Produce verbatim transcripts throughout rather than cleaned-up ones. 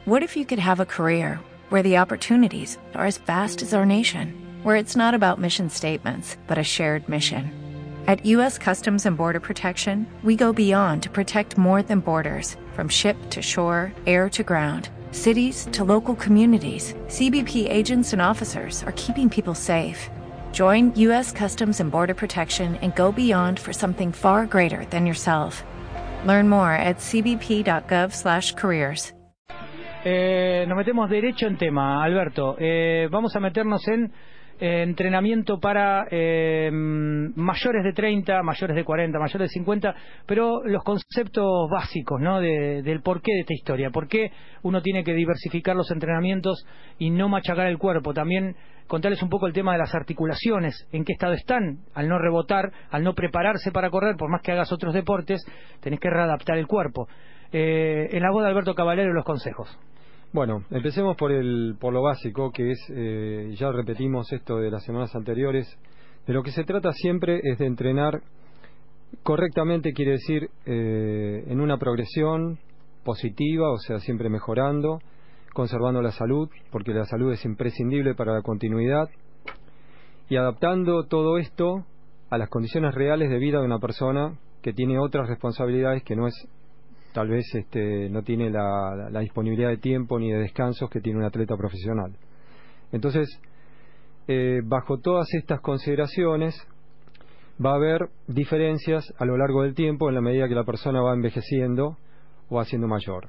What if you could have a career where the opportunities are as vast as our nation, where it's not about mission statements, but a shared mission? At U S Customs and Border Protection, we go beyond to protect more than borders, from ship to shore, air to ground, cities to local communities. C B P agents and officers are keeping people safe. Join U S Customs and Border Protection and go beyond for something far greater than yourself. Learn more at c b p dot gov slash careers. Eh, nos metemos derecho en tema, Alberto. Eh, vamos a meternos en eh, entrenamiento para eh, mayores de treinta, mayores de cuarenta, mayores de cincuenta, pero los conceptos básicos, ¿no? De, del porqué de esta historia. ¿Por qué uno tiene que diversificar los entrenamientos y no machacar el cuerpo? También contarles un poco el tema de las articulaciones, en qué estado están, al no rebotar, al no prepararse para correr, por más que hagas otros deportes, tenés que readaptar el cuerpo. Eh, en la voz de Alberto Caballero, los consejos. Bueno, empecemos por el por lo básico, que es, eh, ya repetimos esto de las semanas anteriores, de lo que se trata siempre es de entrenar correctamente, quiere decir, eh, en una progresión positiva, o sea, siempre mejorando, conservando la salud, porque la salud es imprescindible para la continuidad, y adaptando todo esto a las condiciones reales de vida de una persona que tiene otras responsabilidades, que no es, tal vez este, no tiene la, la disponibilidad de tiempo ni de descansos que tiene un atleta profesional. Entonces, eh, bajo todas estas consideraciones, va a haber diferencias a lo largo del tiempo en la medida que la persona va envejeciendo o va siendo mayor.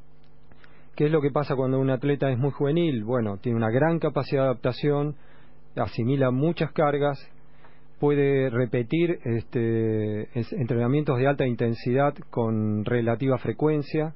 ¿Qué es lo que pasa cuando un atleta es muy juvenil? Bueno, tiene una gran capacidad de adaptación, asimila muchas cargas, puede repetir este, entrenamientos de alta intensidad con relativa frecuencia,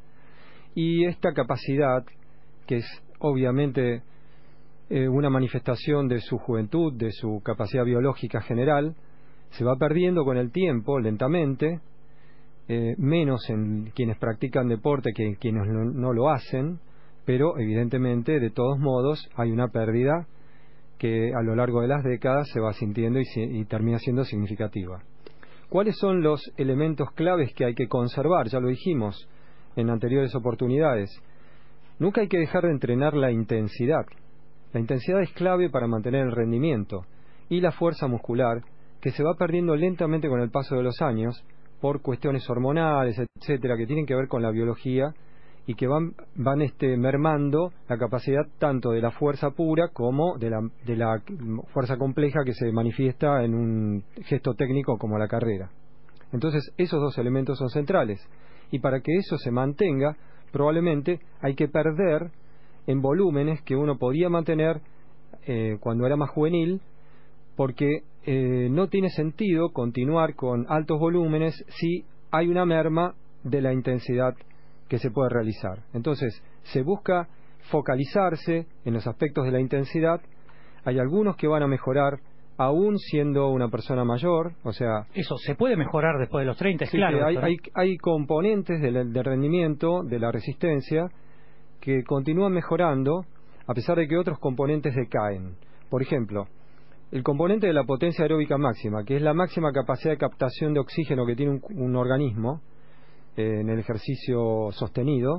y esta capacidad, que es obviamente eh, una manifestación de su juventud, de su capacidad biológica general, se va perdiendo con el tiempo, lentamente, eh, menos en quienes practican deporte que en quienes no, no lo hacen, pero evidentemente, de todos modos, hay una pérdida que a lo largo de las décadas se va sintiendo y, y termina siendo significativa. ¿Cuáles son los elementos claves que hay que conservar? Ya lo dijimos en anteriores oportunidades. Nunca hay que dejar de entrenar la intensidad. La intensidad es clave para mantener el rendimiento, y la fuerza muscular, que se va perdiendo lentamente con el paso de los años por cuestiones hormonales, etcétera, que tienen que ver con la biología y que van, van este, mermando la capacidad tanto de la fuerza pura como de la, de la fuerza compleja que se manifiesta en un gesto técnico como la carrera. Entonces, esos dos elementos son centrales, y para que eso se mantenga, probablemente hay que perder en volúmenes que uno podía mantener eh, cuando era más juvenil, porque eh, no tiene sentido continuar con altos volúmenes si hay una merma de la intensidad que se puede realizar. Entonces, se busca focalizarse en los aspectos de la intensidad. Hay algunos que van a mejorar aún siendo una persona mayor, o sea... Eso, ¿se puede mejorar después de los treinta? Sí, claro. Hay, hay, hay componentes de, de rendimiento, de la resistencia, que continúan mejorando, a pesar de que otros componentes decaen. Por ejemplo, el componente de la potencia aeróbica máxima, que es la máxima capacidad de captación de oxígeno que tiene un, un organismo, en el ejercicio sostenido,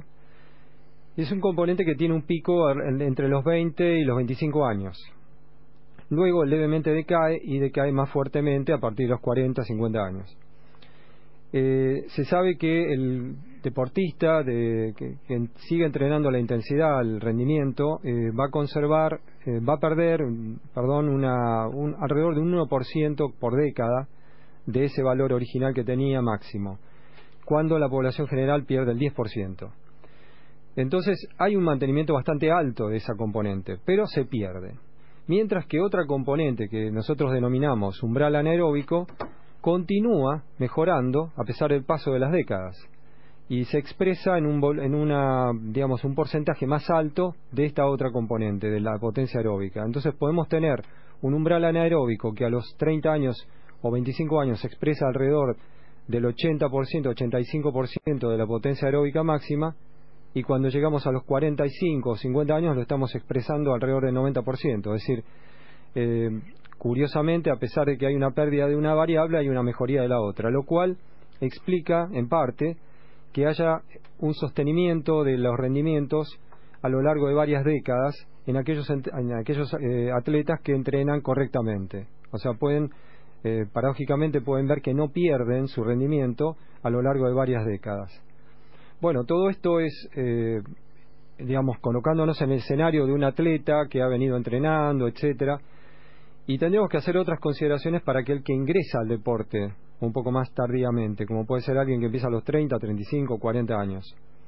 es un componente que tiene un pico entre los veinte y los veinticinco años. Luego levemente decae, y decae más fuertemente a partir de los cuarenta, cincuenta años. Eh, se sabe que el deportista de, que, que sigue entrenando la intensidad, el rendimiento, eh, va a conservar, eh, va a perder, perdón, una, un, alrededor de un uno por ciento por década de ese valor original que tenía máximo, cuando la población general pierde el diez por ciento. Entonces hay un mantenimiento bastante alto de esa componente, pero se pierde. Mientras que otra componente que nosotros denominamos umbral anaeróbico continúa mejorando a pesar del paso de las décadas, y se expresa en un, en una, digamos, un porcentaje más alto de esta otra componente, de la potencia aeróbica. Entonces podemos tener un umbral anaeróbico que a los treinta años o veinticinco años se expresa alrededor del ochenta por ciento, ochenta y cinco por ciento de la potencia aeróbica máxima, y cuando llegamos a los cuarenta y cinco o cincuenta años lo estamos expresando alrededor del noventa por ciento. Es decir, eh, curiosamente, a pesar de que hay una pérdida de una variable, hay una mejoría de la otra, lo cual explica, en parte, que haya un sostenimiento de los rendimientos a lo largo de varias décadas en aquellos, en aquellos eh, atletas que entrenan correctamente. O sea, pueden, eh, paradójicamente pueden ver que no pierden su rendimiento a lo largo de varias décadas. Bueno, todo esto es, eh, digamos, colocándonos en el escenario de un atleta que ha venido entrenando, etcétera, y tendríamos que hacer otras consideraciones para aquel que ingresa al deporte un poco más tardíamente, como puede ser alguien que empieza a los treinta, treinta y cinco, cuarenta años.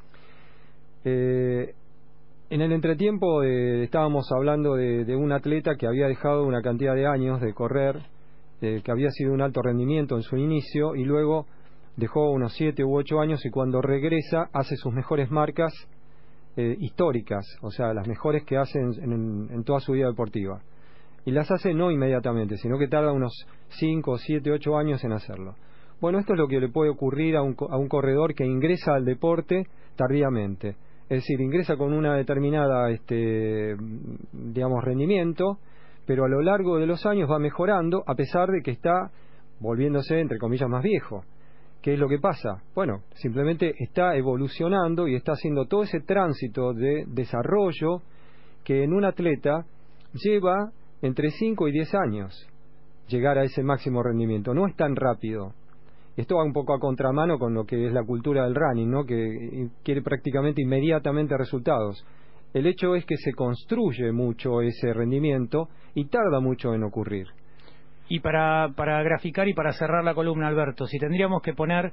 Eh, en el entretiempo eh, estábamos hablando de, de un atleta que había dejado una cantidad de años de correr, eh, que había sido un alto rendimiento en su inicio y luego dejó unos siete u ocho años y cuando regresa hace sus mejores marcas eh, históricas, o sea, las mejores que hace en, en, en toda su vida deportiva. Y las hace no inmediatamente, sino que tarda unos cinco, siete, ocho años en hacerlo. Bueno, esto es lo que le puede ocurrir a un, a un corredor que ingresa al deporte tardíamente. Es decir, ingresa con una determinada, este, digamos, rendimiento, pero a lo largo de los años va mejorando a pesar de que está volviéndose, entre comillas, más viejo. ¿Qué es lo que pasa? Bueno, simplemente está evolucionando y está haciendo todo ese tránsito de desarrollo que en un atleta lleva entre cinco y diez años llegar a ese máximo rendimiento. No es tan rápido. Esto va un poco a contramano con lo que es la cultura del running, ¿no? Que quiere prácticamente inmediatamente resultados. El hecho es que se construye mucho ese rendimiento y tarda mucho en ocurrir. Y para, para graficar y para cerrar la columna, Alberto, si tendríamos que poner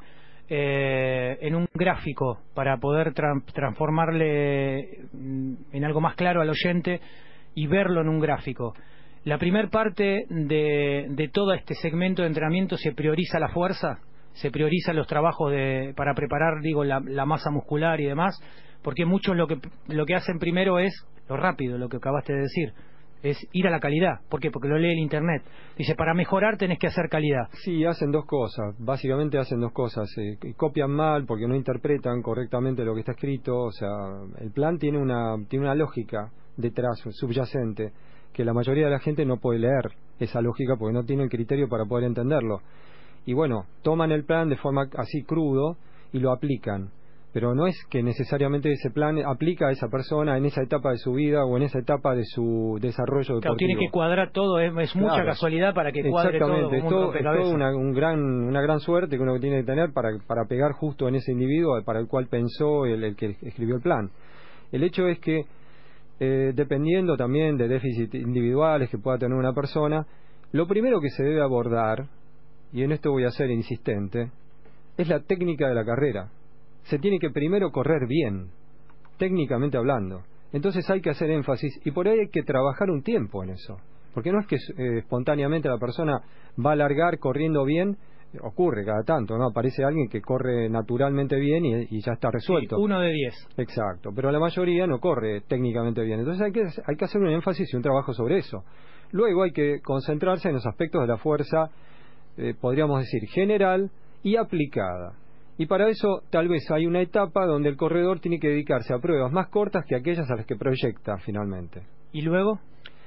eh, en un gráfico para poder tra transformarle en algo más claro al oyente y verlo en un gráfico, la primer parte de, de todo este segmento de entrenamiento se prioriza la fuerza, se priorizan los trabajos de, para preparar, digo, la, la masa muscular y demás, porque muchos lo que, lo que hacen primero es lo rápido, lo que acabaste de decir, es ir a la calidad. ¿Por qué? Porque lo lee el internet. Dice, para mejorar tenés que hacer calidad. Sí, hacen dos cosas, básicamente hacen dos cosas, eh, copian mal porque no interpretan correctamente lo que está escrito, o sea, el plan tiene una, tiene una lógica detrás, subyacente, que la mayoría de la gente no puede leer esa lógica porque no tiene el criterio para poder entenderlo. Y bueno, toman el plan de forma así crudo y lo aplican, pero no es que necesariamente ese plan aplica a esa persona en esa etapa de su vida o en esa etapa de su desarrollo deportivo. Claro, tiene que cuadrar todo, es, es mucha claro. casualidad para que cuadre todo como es todo, es todo una, un gran, una gran suerte que uno tiene que tener para, para pegar justo en ese individuo para el cual pensó el, el que escribió el plan. El hecho es que Eh, dependiendo también de déficits individuales que pueda tener una persona, lo primero que se debe abordar, y en esto voy a ser insistente, es la técnica de la carrera. Se tiene que primero correr bien, técnicamente hablando. Entonces hay que hacer énfasis y por ahí hay que trabajar un tiempo en eso, porque no es que eh, espontáneamente la persona va a largar corriendo bien. Ocurre cada tanto, ¿no? Aparece alguien que corre naturalmente bien y, y ya está resuelto. Sí, uno de diez. Exacto, pero la mayoría no corre técnicamente bien. Entonces hay que, hay que hacer un énfasis y un trabajo sobre eso. Luego hay que concentrarse en los aspectos de la fuerza, eh, podríamos decir, general y aplicada. Y para eso tal vez hay una etapa donde el corredor tiene que dedicarse a pruebas más cortas que aquellas a las que proyecta finalmente. ¿Y luego?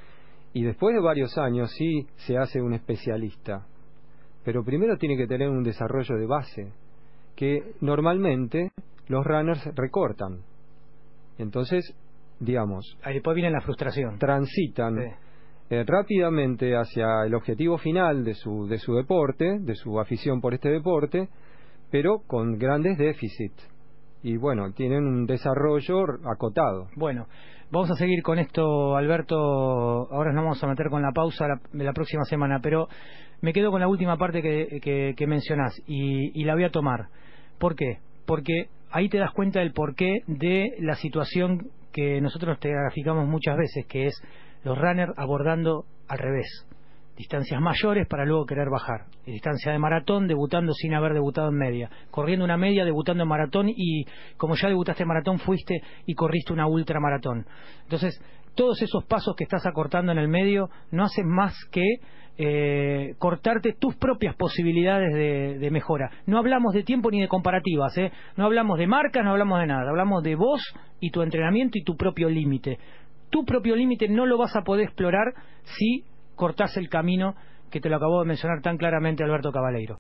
Y después de varios años sí se hace un especialista. Pero primero tiene que tener un desarrollo de base que normalmente los runners recortan. Entonces, digamos, ahí después viene la frustración. Transitan sí. eh, rápidamente hacia el objetivo final de su de su deporte, de su afición por este deporte, pero con grandes déficits. Y bueno, tienen un desarrollo acotado. Bueno, vamos a seguir con esto, Alberto. Ahora nos vamos a meter con la pausa de la próxima semana, pero me quedo con la última parte que, que, que mencionás y, y la voy a tomar. ¿Por qué? Porque ahí te das cuenta del porqué de la situación que nosotros te graficamos muchas veces, que es los runners abordando al revés. Distancias mayores para luego querer bajar. Distancia de maratón, debutando sin haber debutado en media. Corriendo una media, debutando en maratón y como ya debutaste en maratón, fuiste y corriste una ultramaratón. Entonces, todos esos pasos que estás acortando en el medio no hacen más que eh, cortarte tus propias posibilidades de, de mejora. No hablamos de tiempo ni de comparativas, ¿eh? No hablamos de marcas, no hablamos de nada. Hablamos de vos y tu entrenamiento y tu propio límite. Tu propio límite no lo vas a poder explorar si cortás el camino que te lo acabó de mencionar tan claramente Alberto Cavaleiro.